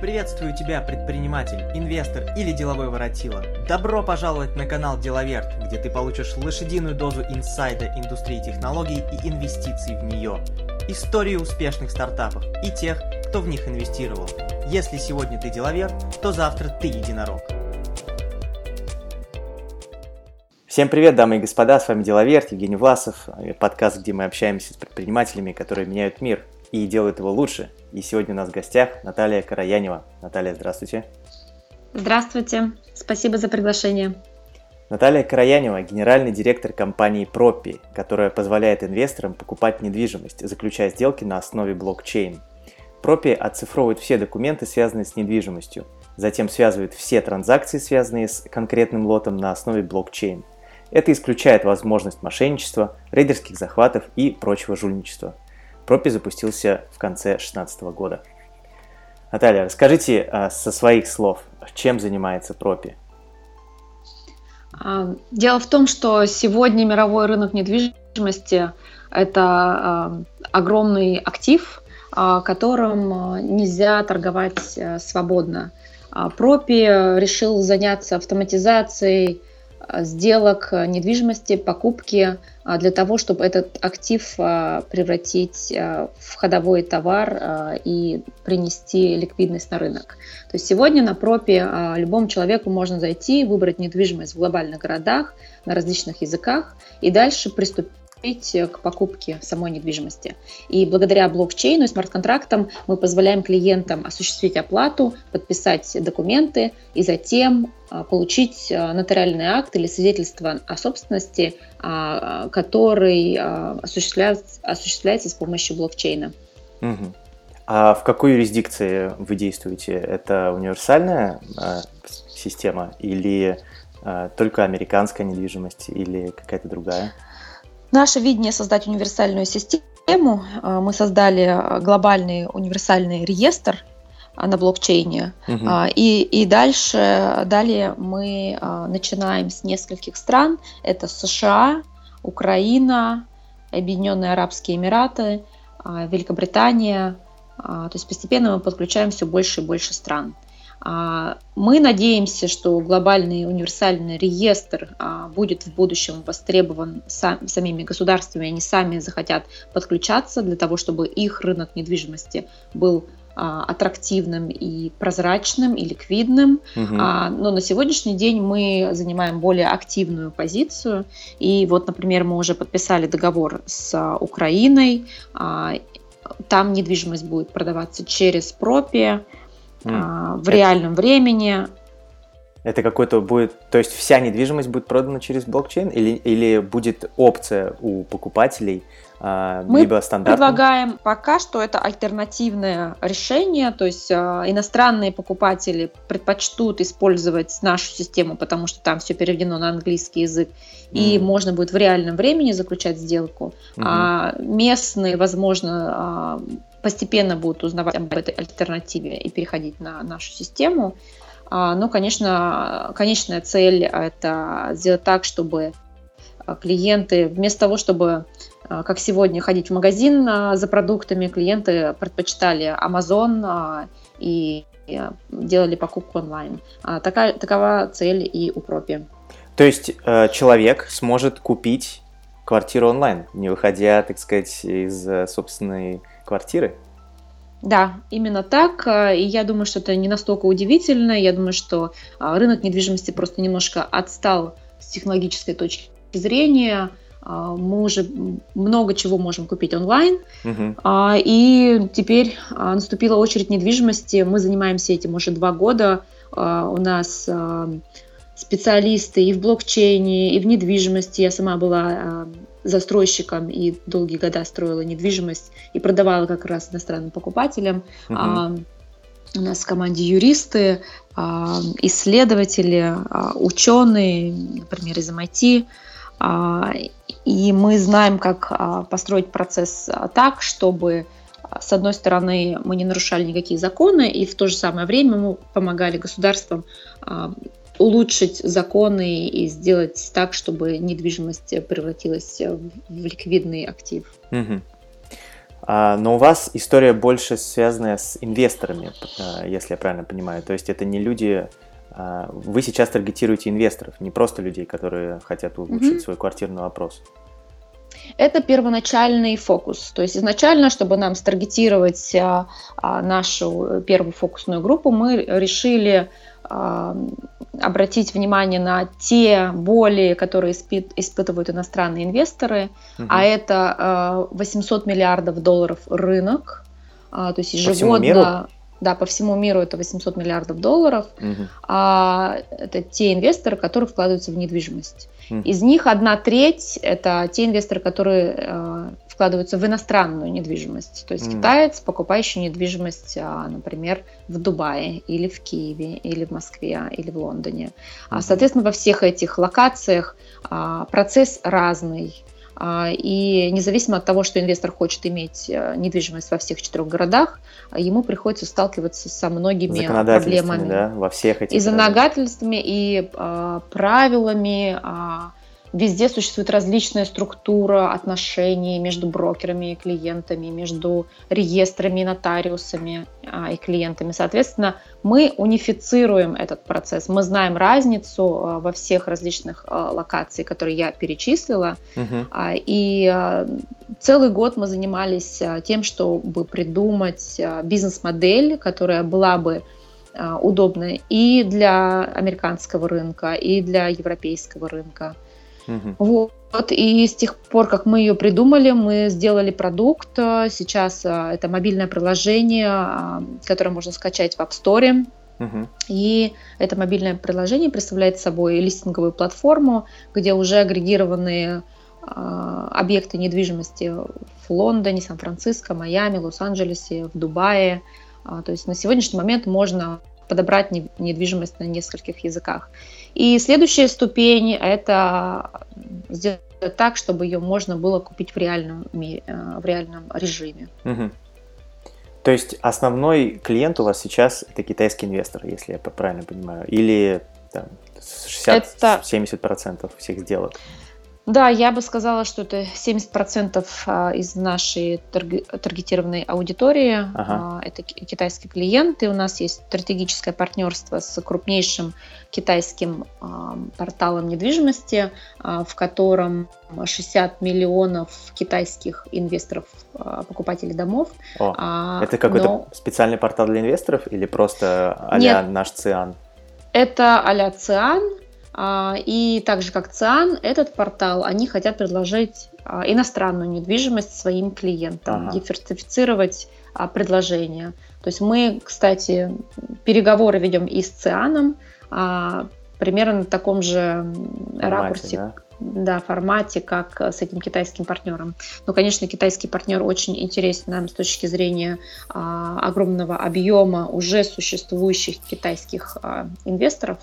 Приветствую тебя, предприниматель, инвестор или деловой воротило. Добро пожаловать на канал Деловерт, где ты получишь лошадиную дозу инсайда индустрии технологий и инвестиций в нее. Истории успешных стартапов и тех, кто в них инвестировал. Если сегодня ты деловер, то завтра ты единорог. Всем привет, дамы и господа, с вами Деловерт, Евгений Власов, подкаст, где мы общаемся с предпринимателями, которые меняют мир и делают его лучше. И сегодня у нас в гостях Наталья Караянева. Наталья, здравствуйте. Здравствуйте, спасибо за приглашение. Наталья Караянева – генеральный директор компании Propy, которая позволяет инвесторам покупать недвижимость, заключая сделки на основе блокчейн. Propy оцифровывает все документы, связанные с недвижимостью, затем связывает все транзакции, связанные с конкретным лотом, на основе блокчейн. Это исключает возможность мошенничества, рейдерских захватов и прочего жульничества. Propy запустился в конце 2016 года. Наталья, расскажите со своих слов, чем занимается Propy? Дело в том, что сегодня мировой рынок недвижимости – это огромный актив, которым нельзя торговать свободно. Propy решил заняться автоматизацией сделок недвижимости, покупки, для того, чтобы этот актив превратить в ходовой товар и принести ликвидность на рынок. То есть сегодня на Propy любому человеку можно зайти, выбрать недвижимость в глобальных городах на различных языках и дальше приступить к покупке самой недвижимости. И благодаря блокчейну и смарт-контрактам мы позволяем клиентам осуществить оплату, подписать документы и затем получить нотариальный акт или свидетельство о собственности, который осуществляется с помощью блокчейна. Угу. А в какой юрисдикции вы действуете? Это универсальная система или только американская недвижимость или какая-то другая? Наше видение — создать универсальную систему. Мы создали глобальный универсальный реестр на блокчейне. И далее мы начинаем с нескольких стран. Это США, Украина, Объединенные Арабские Эмираты, Великобритания. То есть постепенно мы подключаем все больше и больше стран. Мы надеемся, что глобальный универсальный реестр будет в будущем востребован самими государствами, они сами захотят подключаться для того, чтобы их рынок недвижимости был аттрактивным и прозрачным, и ликвидным. Но на сегодняшний день мы занимаем более активную позицию. И вот, например, мы уже подписали договор с Украиной. Там недвижимость будет продаваться через Propy в реальном времени. Это какой-то будет, то есть вся недвижимость будет продана через блокчейн или будет опция у покупателей, либо стандартная? Мы предлагаем пока что это альтернативное решение, то есть иностранные покупатели предпочтут использовать нашу систему, потому что там все переведено на английский язык, и можно будет в реальном времени заключать сделку, а местные, возможно, постепенно будут узнавать об этой альтернативе и переходить на нашу систему. Но, конечно, конечная цель – это сделать так, чтобы клиенты, вместо того, чтобы, как сегодня, ходить в магазин за продуктами, клиенты предпочитали Amazon и делали покупку онлайн. Такова цель и у Propy. То есть человек сможет купить квартиру онлайн, не выходя, так сказать, из собственной квартиры? Да, именно так. И я думаю, что это не настолько удивительно. Я думаю, что рынок недвижимости просто немножко отстал с технологической точки зрения. Мы уже много чего можем купить онлайн. И теперь наступила очередь недвижимости. Мы занимаемся этим уже 2 года. У нас специалисты и в блокчейне, и в недвижимости. Я сама была застройщиком и долгие года строила недвижимость и продавала как раз иностранным покупателям. У нас в команде юристы, исследователи, ученые, например, из MIT. И мы знаем, как построить процесс так, чтобы, с одной стороны, мы не нарушали никакие законы, и в то же самое время мы помогали государствам улучшить законы и сделать так, чтобы недвижимость превратилась в ликвидный актив. Но у вас история больше связанная с инвесторами, если я правильно понимаю. То есть это не люди... Вы сейчас таргетируете инвесторов, не просто людей, которые хотят улучшить свой квартирный вопрос. Это первоначальный фокус. То есть изначально, чтобы нам старгетировать нашу первую фокусную группу, мы решили обратить внимание на те боли, которые испытывают иностранные инвесторы, а это $800 миллиардов рынок, то есть ежегодно. По всему миру? Да, по всему миру это $800 миллиардов. Это те инвесторы, которые вкладываются в недвижимость. Из них 1/3 это те инвесторы, которые вкладываются в иностранную недвижимость. То есть китаец, покупающий недвижимость, например, в Дубае, или в Киеве, или в Москве, или в Лондоне. Соответственно, во всех этих локациях процесс разный. И независимо от того, что инвестор хочет иметь недвижимость во всех 4 городах, ему приходится сталкиваться со многими проблемами. Да, во всех этих и законодательствами, и правилами. Везде существует различная структура отношений между брокерами и клиентами, между реестрами, нотариусами и клиентами. Соответственно, мы унифицируем этот процесс. Мы знаем разницу во всех различных локациях, которые я перечислила. И целый год мы занимались тем, чтобы придумать бизнес-модель, которая была бы удобна и для американского рынка, и для европейского рынка. Вот, и с тех пор, как мы ее придумали, мы сделали продукт. Сейчас это мобильное приложение, которое можно скачать в App Store. И это мобильное приложение представляет собой листинговую платформу, где уже агрегированные объекты недвижимости в Лондоне, Сан-Франциско, Майами, Лос-Анджелесе, в Дубае. То есть на сегодняшний момент можно подобрать недвижимость на нескольких языках. И следующая ступень – это сделать так, чтобы ее можно было купить в реальном режиме. То есть основной клиент у вас сейчас – это китайский инвестор, если я правильно понимаю, или там, 60-70% всех сделок? Да, я бы сказала, что это 70% из нашей таргетированной аудитории. Это китайские клиенты. У нас есть стратегическое партнерство с крупнейшим китайским порталом недвижимости, в котором 60 миллионов китайских инвесторов, покупателей домов. Это какой-то специальный портал для инвесторов или просто а-ля наш Циан? Это а-ля Циан. И так же, как Циан, этот портал, они хотят предложить иностранную недвижимость своим клиентам, диверсифицировать предложения. То есть мы, кстати, переговоры ведем и с Цианом, примерно на таком же ракурсе, формате, как с этим китайским партнером. Но, конечно, китайский партнер очень интересен нам с точки зрения огромного объема уже существующих китайских инвесторов.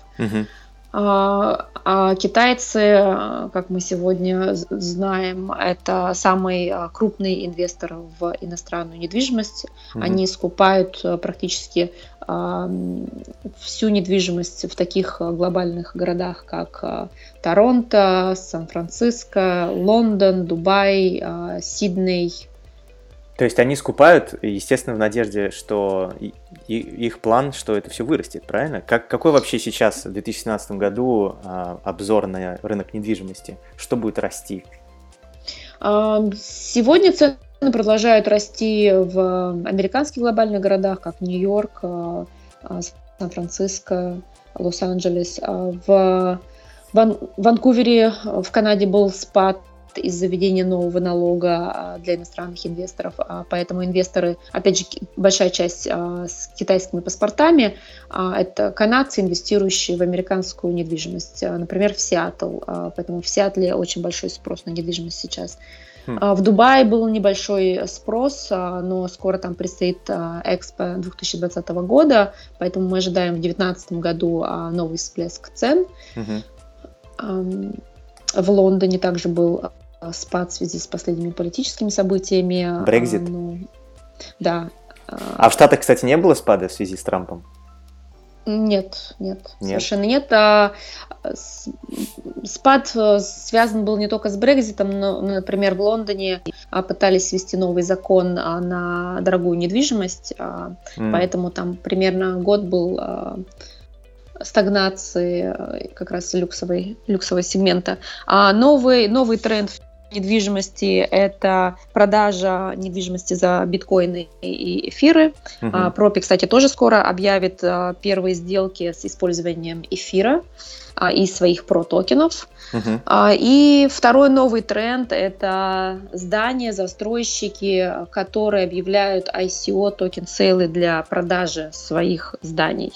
А китайцы, как мы сегодня знаем, это самый крупный инвестор в иностранную недвижимость. Они скупают практически всю недвижимость в таких глобальных городах, как Торонто, Сан-Франциско, Лондон, Дубай, Сидней. То есть они скупают, естественно, в надежде, что их план, что это все вырастет, правильно? Какой вообще сейчас, в 2017 году, обзор на рынок недвижимости? Что будет расти? Сегодня цены продолжают расти в американских глобальных городах, как Нью-Йорк, Сан-Франциско, Лос-Анджелес. В Ванкувере, в Канаде, был спад из-за введения нового налога для иностранных инвесторов, поэтому инвесторы, опять же, большая часть с китайскими паспортами, это канадцы, инвестирующие в американскую недвижимость, например, в Сиэтл, поэтому в Сиэтле очень большой спрос на недвижимость сейчас. В Дубае был небольшой спрос, но скоро там предстоит Экспо 2020 года, поэтому мы ожидаем в 2019 году новый всплеск цен. В Лондоне также был спад в связи с последними политическими событиями. Брексит? Да. А в Штатах, кстати, не было спада в связи с Трампом? Нет, совершенно нет. Спад связан был не только с Брекситом, но, например, в Лондоне пытались ввести новый закон на дорогую недвижимость, поэтому там примерно год был стагнации как раз люксового сегмента. А новый тренд в недвижимости – это продажа недвижимости за биткоины и эфиры. Пропи, кстати, тоже скоро объявит первые сделки с использованием эфира и своих про-токенов. И второй новый тренд – это здания, застройщики, которые объявляют ICO, токен-сейлы для продажи своих зданий.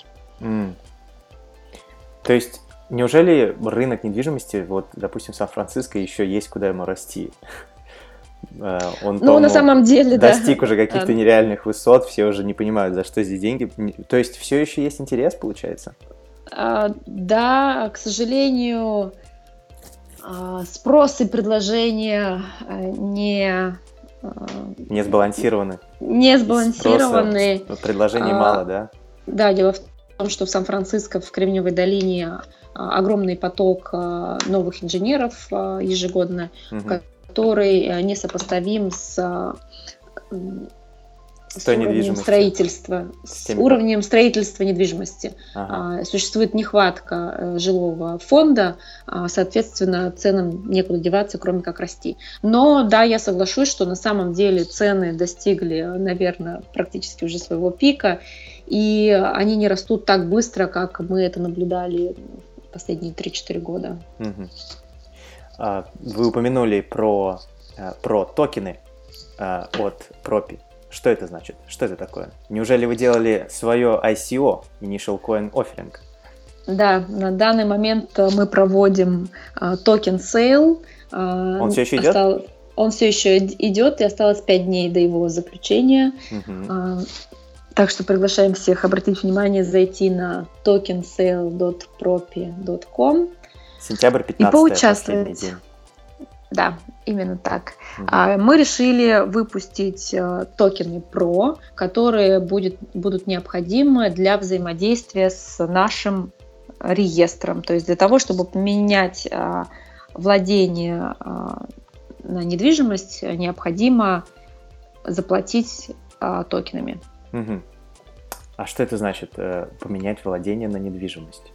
То есть, неужели рынок недвижимости, вот, допустим, Сан-Франциско, еще есть куда ему расти? Он, на самом деле, достиг уже каких-то нереальных высот, все уже не понимают, за что здесь деньги. То есть, все еще есть интерес, получается? Да, к сожалению, спрос и предложение не сбалансированы. Предложений мало, да? Да, дело в том, что в Сан-Франциско, в Кремниевой долине огромный поток новых инженеров ежегодно, который несопоставим с уровнем строительства недвижимости. Существует нехватка жилого фонда, соответственно, ценам некуда деваться, кроме как расти. Но да, я соглашусь, что на самом деле цены достигли, наверное, практически уже своего пика, и они не растут так быстро, как мы это наблюдали последние 3-4 года. Вы упомянули про токены от Пропи. Что это значит? Что это такое? Неужели вы делали свое ICO, Initial Coin Offering? Да, на данный момент мы проводим токен сейл. Он все еще идет? Он все еще идет, и осталось 5 дней до его заключения. Так что приглашаем всех обратить внимание, зайти на tokensale.propi.com. Сентябрь 15-й, и поучаствовать. Последний день. Да, именно так. Мы решили выпустить токены PRO, которые будут необходимы для взаимодействия с нашим реестром. То есть для того, чтобы поменять владение на недвижимость, необходимо заплатить токенами. А что это значит, поменять владение на недвижимость?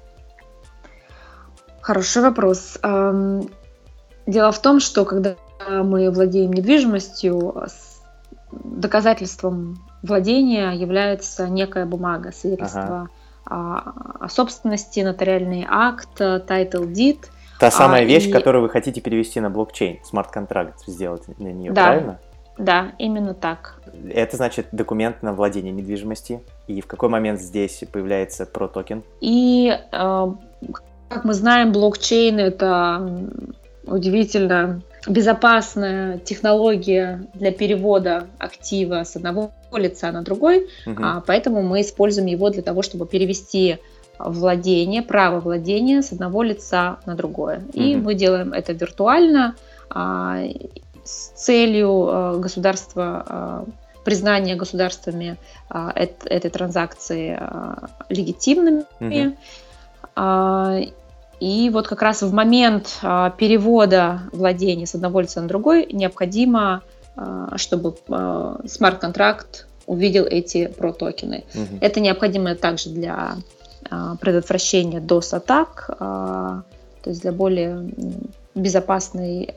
Хороший вопрос. Дело в том, что когда мы владеем недвижимостью, доказательством владения является некая бумага, свидетельство о собственности, нотариальный акт, title deed. Та самая вещь, которую вы хотите перевести на блокчейн, смарт-контракт сделать на нее, да, правильно? Да, именно так. Это значит документ на владение недвижимости. И в какой момент здесь появляется про-токен? И, как мы знаем, блокчейн – это удивительно безопасная технология для перевода актива с одного лица на другой, поэтому мы используем его для того, чтобы перевести владение, право владения с одного лица на другое. И мы делаем это виртуально с целью признания государствами этой транзакции легитимными. И вот как раз в момент перевода владения с одного лица на другой необходимо, чтобы смарт-контракт увидел эти про-токены. Это необходимо также для предотвращения DOS-атак, то есть для более безопасной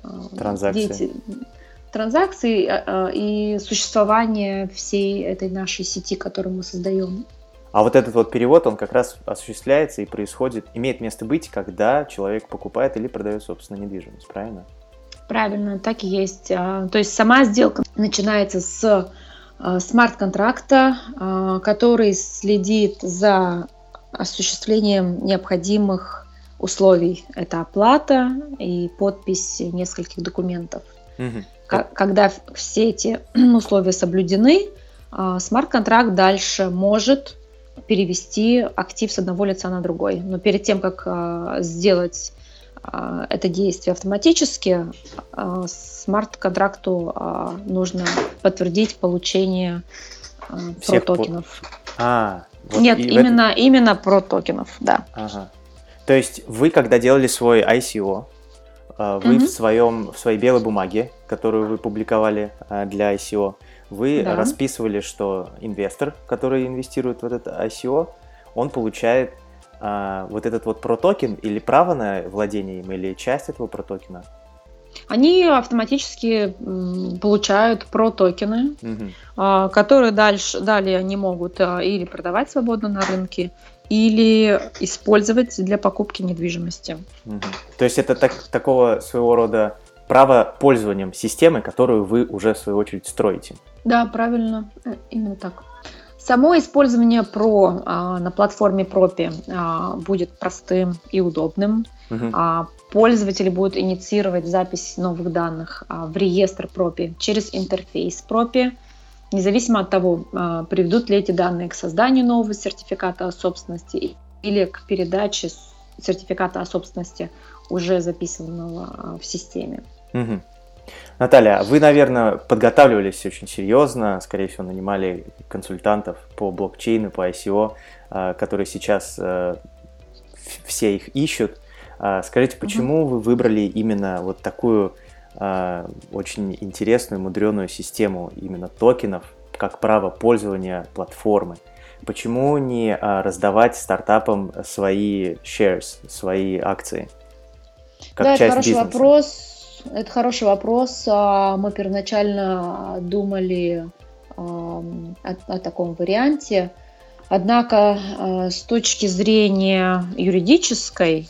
транзакции и существования всей этой нашей сети, которую мы создаем. А вот этот вот перевод, он как раз осуществляется и происходит, имеет место быть, когда человек покупает или продает собственную недвижимость, правильно? Правильно, так и есть. То есть сама сделка начинается с смарт-контракта, который следит за осуществлением необходимых условий. Это оплата и подпись нескольких документов. Когда все эти условия соблюдены, смарт-контракт дальше может перевести актив с одного лица на другой. Но перед тем, как сделать это действие автоматически, смарт-контракту нужно подтвердить получение про-токенов. Вот Нет, именно про токенов, да. Ага. То есть вы, когда делали свой ICO, вы в своей белой бумаге, которую вы публиковали для ICO, вы расписывали, что инвестор, который инвестирует в этот ICO, он получает вот этот вот протокен или право на владение им, или часть этого протокена? Они автоматически получают протокены, которые далее они могут или продавать свободно на рынке, или использовать для покупки недвижимости. То есть это такого своего рода право пользованием системой, которую вы уже в свою очередь строите. Да, правильно, именно так. Само использование Pro на платформе Propy будет простым и удобным. Пользователи будут инициировать запись новых данных в реестр Propy через интерфейс Propy, независимо от того, приведут ли эти данные к созданию нового сертификата о собственности или к передаче сертификата о собственности, уже записанного в системе. Наталья, вы, наверное, подготавливались очень серьезно, скорее всего, нанимали консультантов по блокчейну, по ICO, которые сейчас все их ищут. Скажите, почему вы выбрали именно вот такую очень интересную, мудреную систему именно токенов, как право пользования платформы? Почему не раздавать стартапам свои shares, свои акции, как часть бизнеса? Это хороший вопрос. Мы первоначально думали о таком варианте. Однако с точки зрения юридической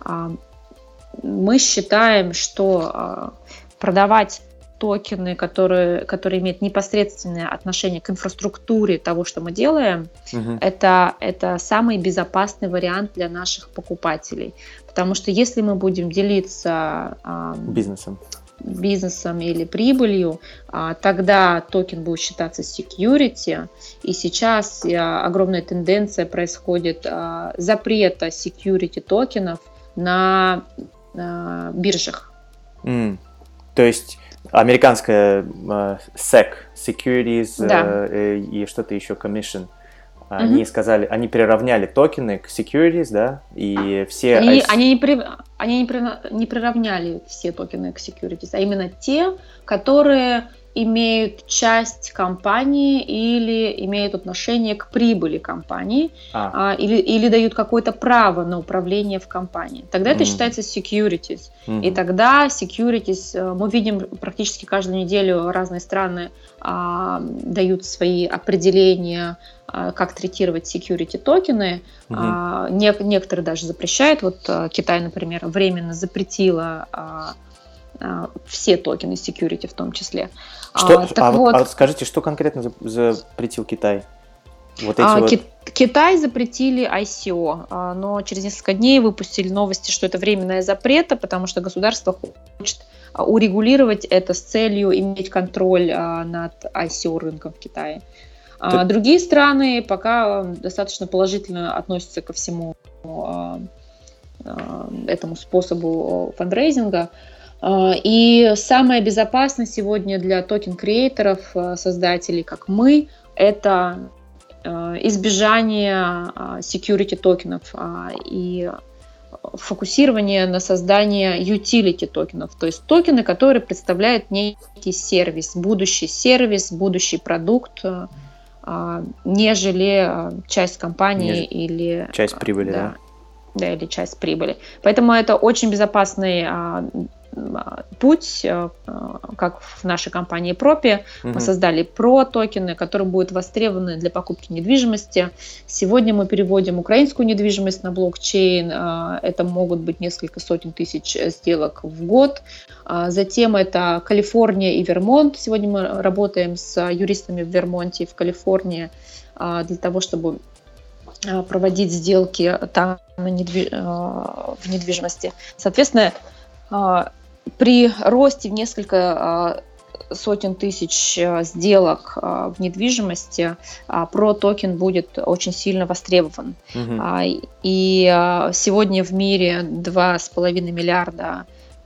мы считаем, что продавать токены, которые имеют непосредственное отношение к инфраструктуре того, что мы делаем, это самый безопасный вариант для наших покупателей. Потому что если мы будем делиться бизнесом или прибылью, тогда токен будет считаться security. И сейчас огромная тенденция происходит запрета security токенов на биржах. То есть американская SEC, Securities и что-то еще, Commission, они сказали, они приравняли токены к securities, да, и все... Они не приравняли все токены к securities, а именно те, которые имеют часть компании или имеют отношение к прибыли компании, или дают какое-то право на управление в компании. Тогда это считается securities. И тогда securities, мы видим практически каждую неделю разные страны дают свои определения, как третировать security токены. Некоторые даже запрещают. Вот Китай, например, временно запретила все токены security в том числе. Скажите, что конкретно запретил Китай? Китай запретили ICO, но через несколько дней выпустили новости, что это временное запрет, потому что государство хочет урегулировать это с целью иметь контроль над ICO рынком в Китае. Другие страны пока достаточно положительно относятся ко всему этому способу фандрейзинга. И самое безопасное сегодня для токен-креаторов, создателей, как мы, это избежание security токенов и фокусирование на создании utility токенов, то есть токены, которые представляют некий сервис, будущий продукт, нежели часть компании или часть прибыли, да, или часть прибыли. Поэтому это очень безопасный путь, как в нашей компании Propy. Мы создали Pro-токены, которые будут востребованы для покупки недвижимости. Сегодня мы переводим украинскую недвижимость на блокчейн. Это могут быть несколько сотен тысяч сделок в год. Затем это Калифорния и Вермонт. Сегодня мы работаем с юристами в Вермонте и в Калифорнии для того, чтобы проводить сделки там в недвижимости. Соответственно, при росте в несколько сотен тысяч сделок в недвижимости Pro-токен будет очень сильно востребован. И сегодня в мире 2,5 миллиарда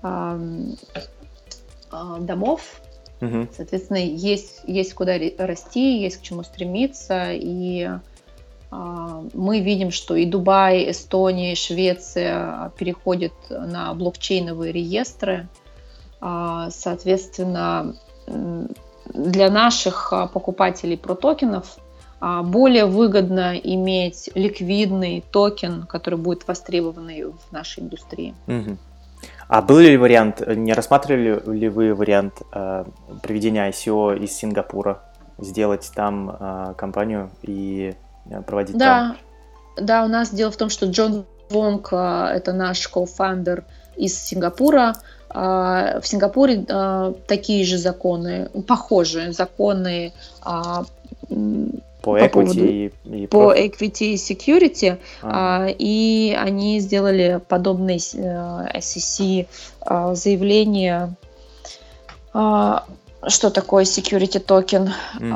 домов. Соответственно, есть куда расти, есть к чему стремиться. И Мы видим, что и Дубай, Эстония, Швеция переходят на блокчейновые реестры. Соответственно, для наших покупателей протокенов более выгодно иметь ликвидный токен, который будет востребованный в нашей индустрии. Угу. А был ли вариант, не рассматривали ли вы вариант проведения ICO из Сингапура, сделать там компанию и проводить там? Да, у нас дело в том, что Джон Вонг, это наш кофаундер из Сингапура. В Сингапуре такие же законы, похожие законы по equity и security, и они сделали подобные SEC заявление, что такое security токен.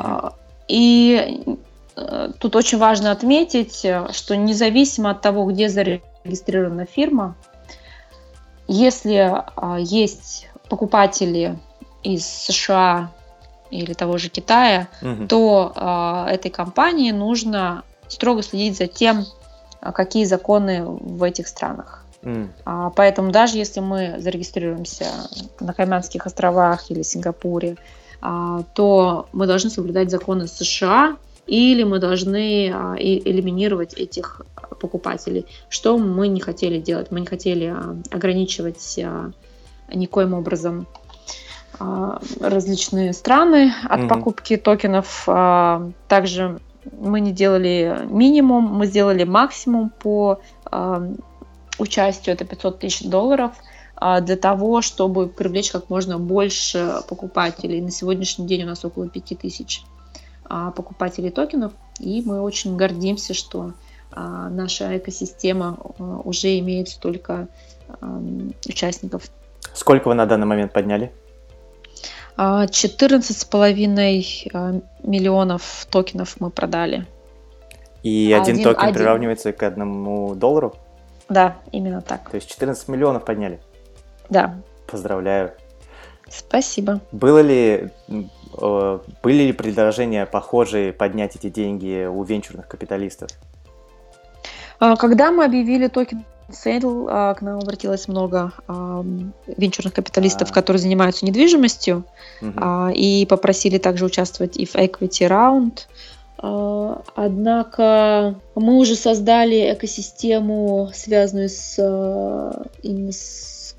И тут очень важно отметить, что независимо от того, где зарегистрирована фирма, если есть покупатели из США или того же Китая, то этой компании нужно строго следить за тем, какие законы в этих странах. Поэтому даже если мы зарегистрируемся на Кайманских островах или Сингапуре, то мы должны соблюдать законы США, или мы должны элиминировать этих покупателей, что мы не хотели делать. Мы не хотели ограничивать никоим образом различные страны от покупки токенов. Также мы не делали минимум, мы сделали максимум по участию, это $500 000, для того, чтобы привлечь как можно больше покупателей. На сегодняшний день у нас около 5000 покупателей токенов, и мы очень гордимся, что наша экосистема уже имеет столько участников. Сколько вы на данный момент подняли? 14,5 миллионов токенов мы продали. И один токен приравнивается к $1? Да, именно так. То есть 14 миллионов подняли? Да. Поздравляю. Спасибо. Были ли предложения похожие поднять эти деньги у венчурных капиталистов? Когда мы объявили токен сейл, к нам обратилось много венчурных капиталистов, которые занимаются недвижимостью, и попросили также участвовать и в equity round. Однако мы уже создали экосистему, связанную именно с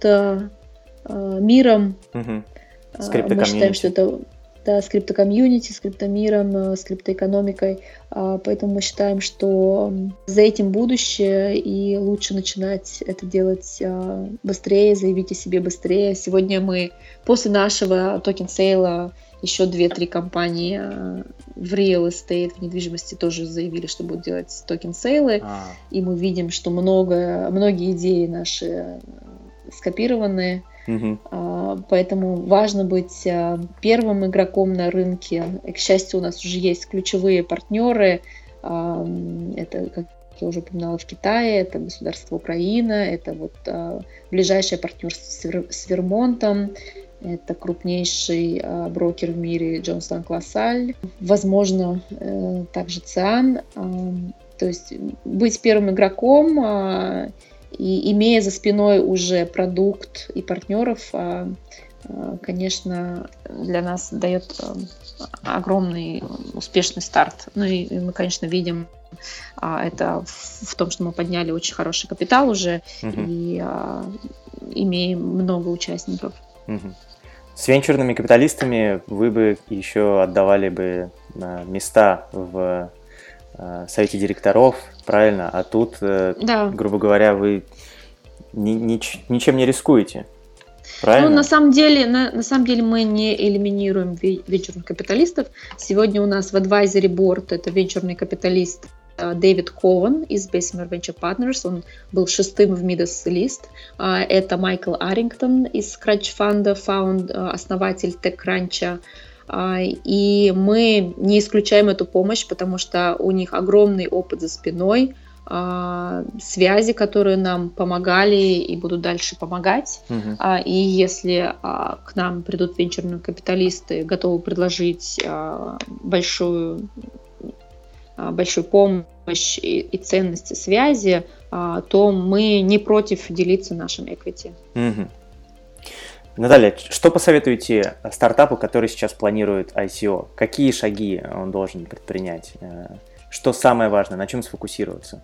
криптомиром. Мы считаем, что это с криптокомьюнити, с криптомиром, с криптоэкономикой. Поэтому мы считаем, что за этим будущее, и лучше начинать это делать быстрее, заявить о себе быстрее. Сегодня мы после нашего токен-сейла еще 2-3 компании в real estate, в недвижимости тоже заявили, что будут делать токен-сейлы. И мы видим, что многие идеи наши скопированы. Поэтому важно быть первым игроком на рынке. И, к счастью, у нас уже есть ключевые партнеры. Это, как я уже упоминала, в Китае, это государство Украина, это ближайшее партнерство с Вермонтом, это крупнейший брокер в мире Джонсон Классаль, возможно, также ЦИАН. То есть быть первым игроком и имея за спиной уже продукт и партнеров, конечно, для нас дает огромный успешный старт. Ну и мы, конечно, видим это в том, что мы подняли очень хороший капитал уже и имеем много участников. С венчурными капиталистами вы бы еще отдавали бы места в совете директоров, правильно? А тут, грубо говоря, вы ничем не рискуете, правильно? Ну, на самом деле мы не элиминируем венчурных капиталистов. Сегодня у нас в advisory board это венчурный капиталист Дэвид Кован из Bessemer Venture Partners, он был 6-м в Midas List. Это Майкл Арингтон из Scratch Fund, основатель TechCrunch. И мы не исключаем эту помощь, потому что у них огромный опыт за спиной, связи, которые нам помогали и будут дальше помогать. И если к нам придут венчурные капиталисты, готовы предложить большую большую помощь и ценность связи, то мы не против делиться нашим equity. Наталья, что посоветуете стартапу, который сейчас планирует ICO? Какие шаги он должен предпринять? Что самое важное, на чем сфокусироваться?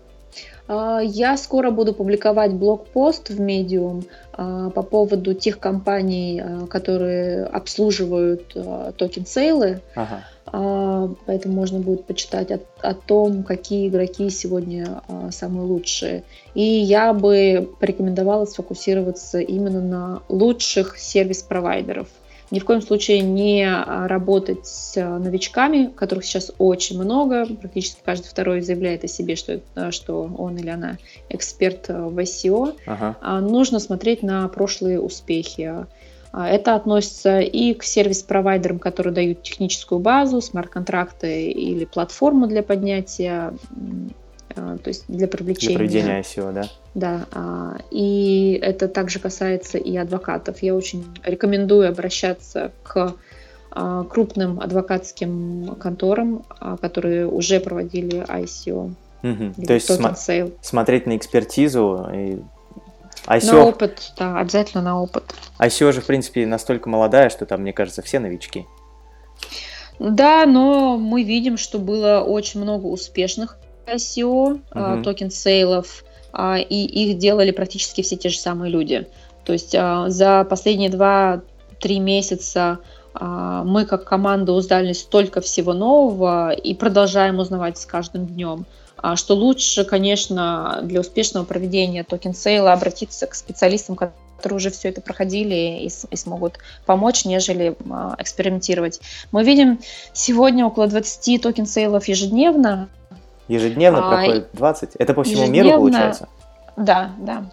Я скоро буду публиковать блогпост в Medium по поводу тех компаний, которые обслуживают токен-сейлы. Поэтому можно будет почитать о том, какие игроки сегодня самые лучшие. И я бы порекомендовала сфокусироваться именно на лучших сервис-провайдеров. Ни в коем случае не работать с новичками, которых сейчас очень много. Практически каждый второй заявляет о себе, что он или она эксперт в SEO. Нужно смотреть на прошлые успехи. Это относится и к сервис-провайдерам, которые дают техническую базу, смарт-контракты или платформу для поднятия, то есть для привлечения. Для проведения ICO, да? Да, и это также касается и адвокатов. Я очень рекомендую обращаться к крупным адвокатским конторам, которые уже проводили ICO. То есть смотреть на экспертизу и ICO... На опыт, да, обязательно на опыт. ICO же, в принципе, настолько молодая, что там, мне кажется, все новички. Да, но мы видим, что было очень много успешных ICO, токен-сейлов, и их делали практически все те же самые люди. То есть за последние 2-3 месяца мы как команда узнали столько всего нового и продолжаем узнавать с каждым днем, что лучше, конечно, для успешного проведения токен-сейла обратиться к специалистам, которые уже все это проходили и смогут помочь, нежели экспериментировать. Мы видим сегодня около 20 токен-сейлов ежедневно. Ежедневно проходит 20? Это по всему миру получается? Да.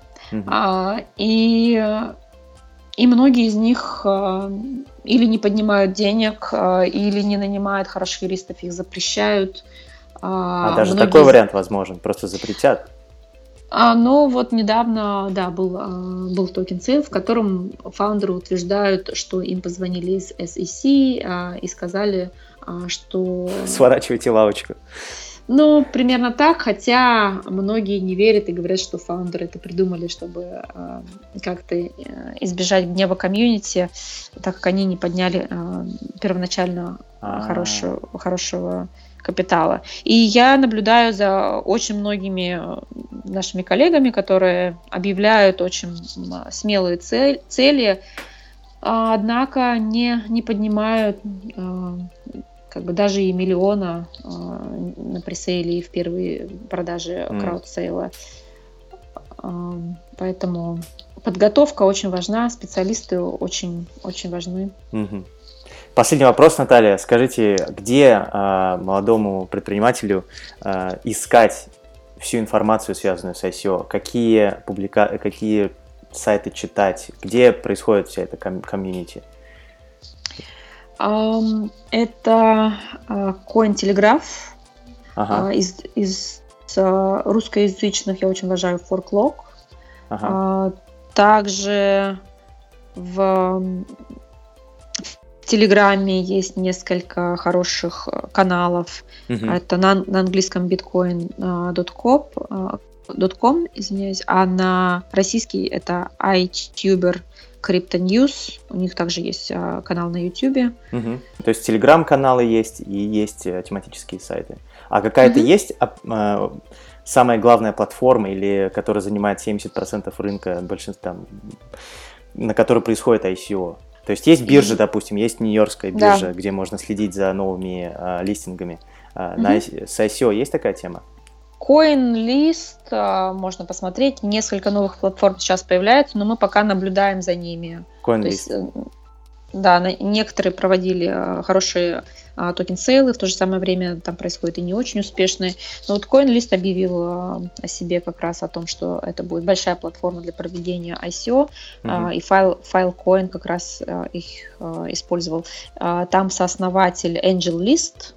И многие из них или не поднимают денег, или не нанимают хороших юристов, их запрещают. Даже такой вариант возможен, просто запретят? Ну вот недавно, да, был токен-сейл, в котором фаундеры утверждают, что им позвонили из SEC и сказали, что... Сворачивайте лавочку. Ну, примерно так, хотя многие не верят и говорят, что фаундеры это придумали, чтобы как-то избежать гнева комьюнити, так как они не подняли первоначально хорошего капитала. И я наблюдаю за очень многими нашими коллегами, которые объявляют очень смелые цели, однако не поднимают как бы даже и миллиона на пресейле и в первой продаже краудсейла. Поэтому подготовка очень важна, специалисты очень, очень важны. Последний вопрос, Наталья. Скажите, где молодому предпринимателю искать всю информацию, связанную с ICO? Какие сайты читать? Где происходит вся эта комьюнити? Это Cointelegraph. Из русскоязычных я очень уважаю Forklog. Также в Телеграме есть несколько хороших каналов. Это на английском bitcoin.com, извиняюсь, а на российский это iTuber Crypto News. У них также есть канал на YouTube. То есть телеграм-каналы есть и есть тематические сайты. А какая-то есть самая главная платформа, или которая занимает 70% рынка, большинства, на которой происходит ICO? То есть есть биржа, допустим, есть Нью-Йоркская биржа, где можно следить за новыми листингами. С ICO есть такая тема? CoinList можно посмотреть. Несколько новых платформ сейчас появляются, но мы пока наблюдаем за ними. CoinList. Да, некоторые проводили хорошие токен-сейлы, в то же самое время там происходит и не очень успешные. Но вот CoinList объявил о себе как раз о том, что это будет большая платформа для проведения ICO, и Filecoin как раз их использовал. Там сооснователь AngelList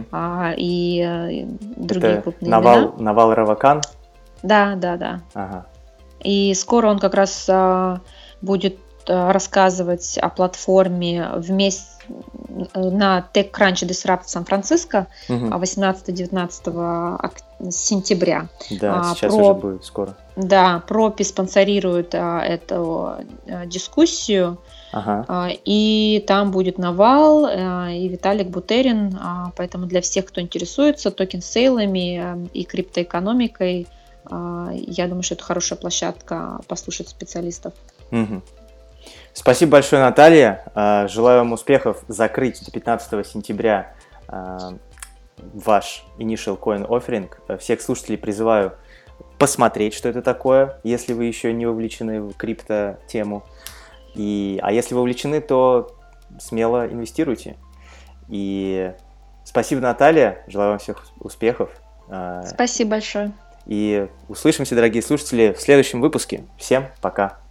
и другие это крупные Навал Равакан? Да. И скоро он как раз будет рассказывать о платформе вместе на TechCrunch Disrupt Сан-Франциско 18-19 сентября. Да, сейчас уже будет скоро. Да, Пропи спонсорирует эту дискуссию. И там будет Навал и Виталик Бутерин, поэтому для всех, кто интересуется токен-сейлами и криптоэкономикой, я думаю, что это хорошая площадка послушать специалистов. Спасибо большое, Наталья. Желаю вам успехов закрыть до 15 сентября ваш Initial Coin Offering. Всех слушателей призываю посмотреть, что это такое, если вы еще не вовлечены в крипто-тему. А если вы увлечены, то смело инвестируйте. И спасибо, Наталья. Желаю вам всех успехов. Спасибо большое. И услышимся, дорогие слушатели, в следующем выпуске. Всем пока.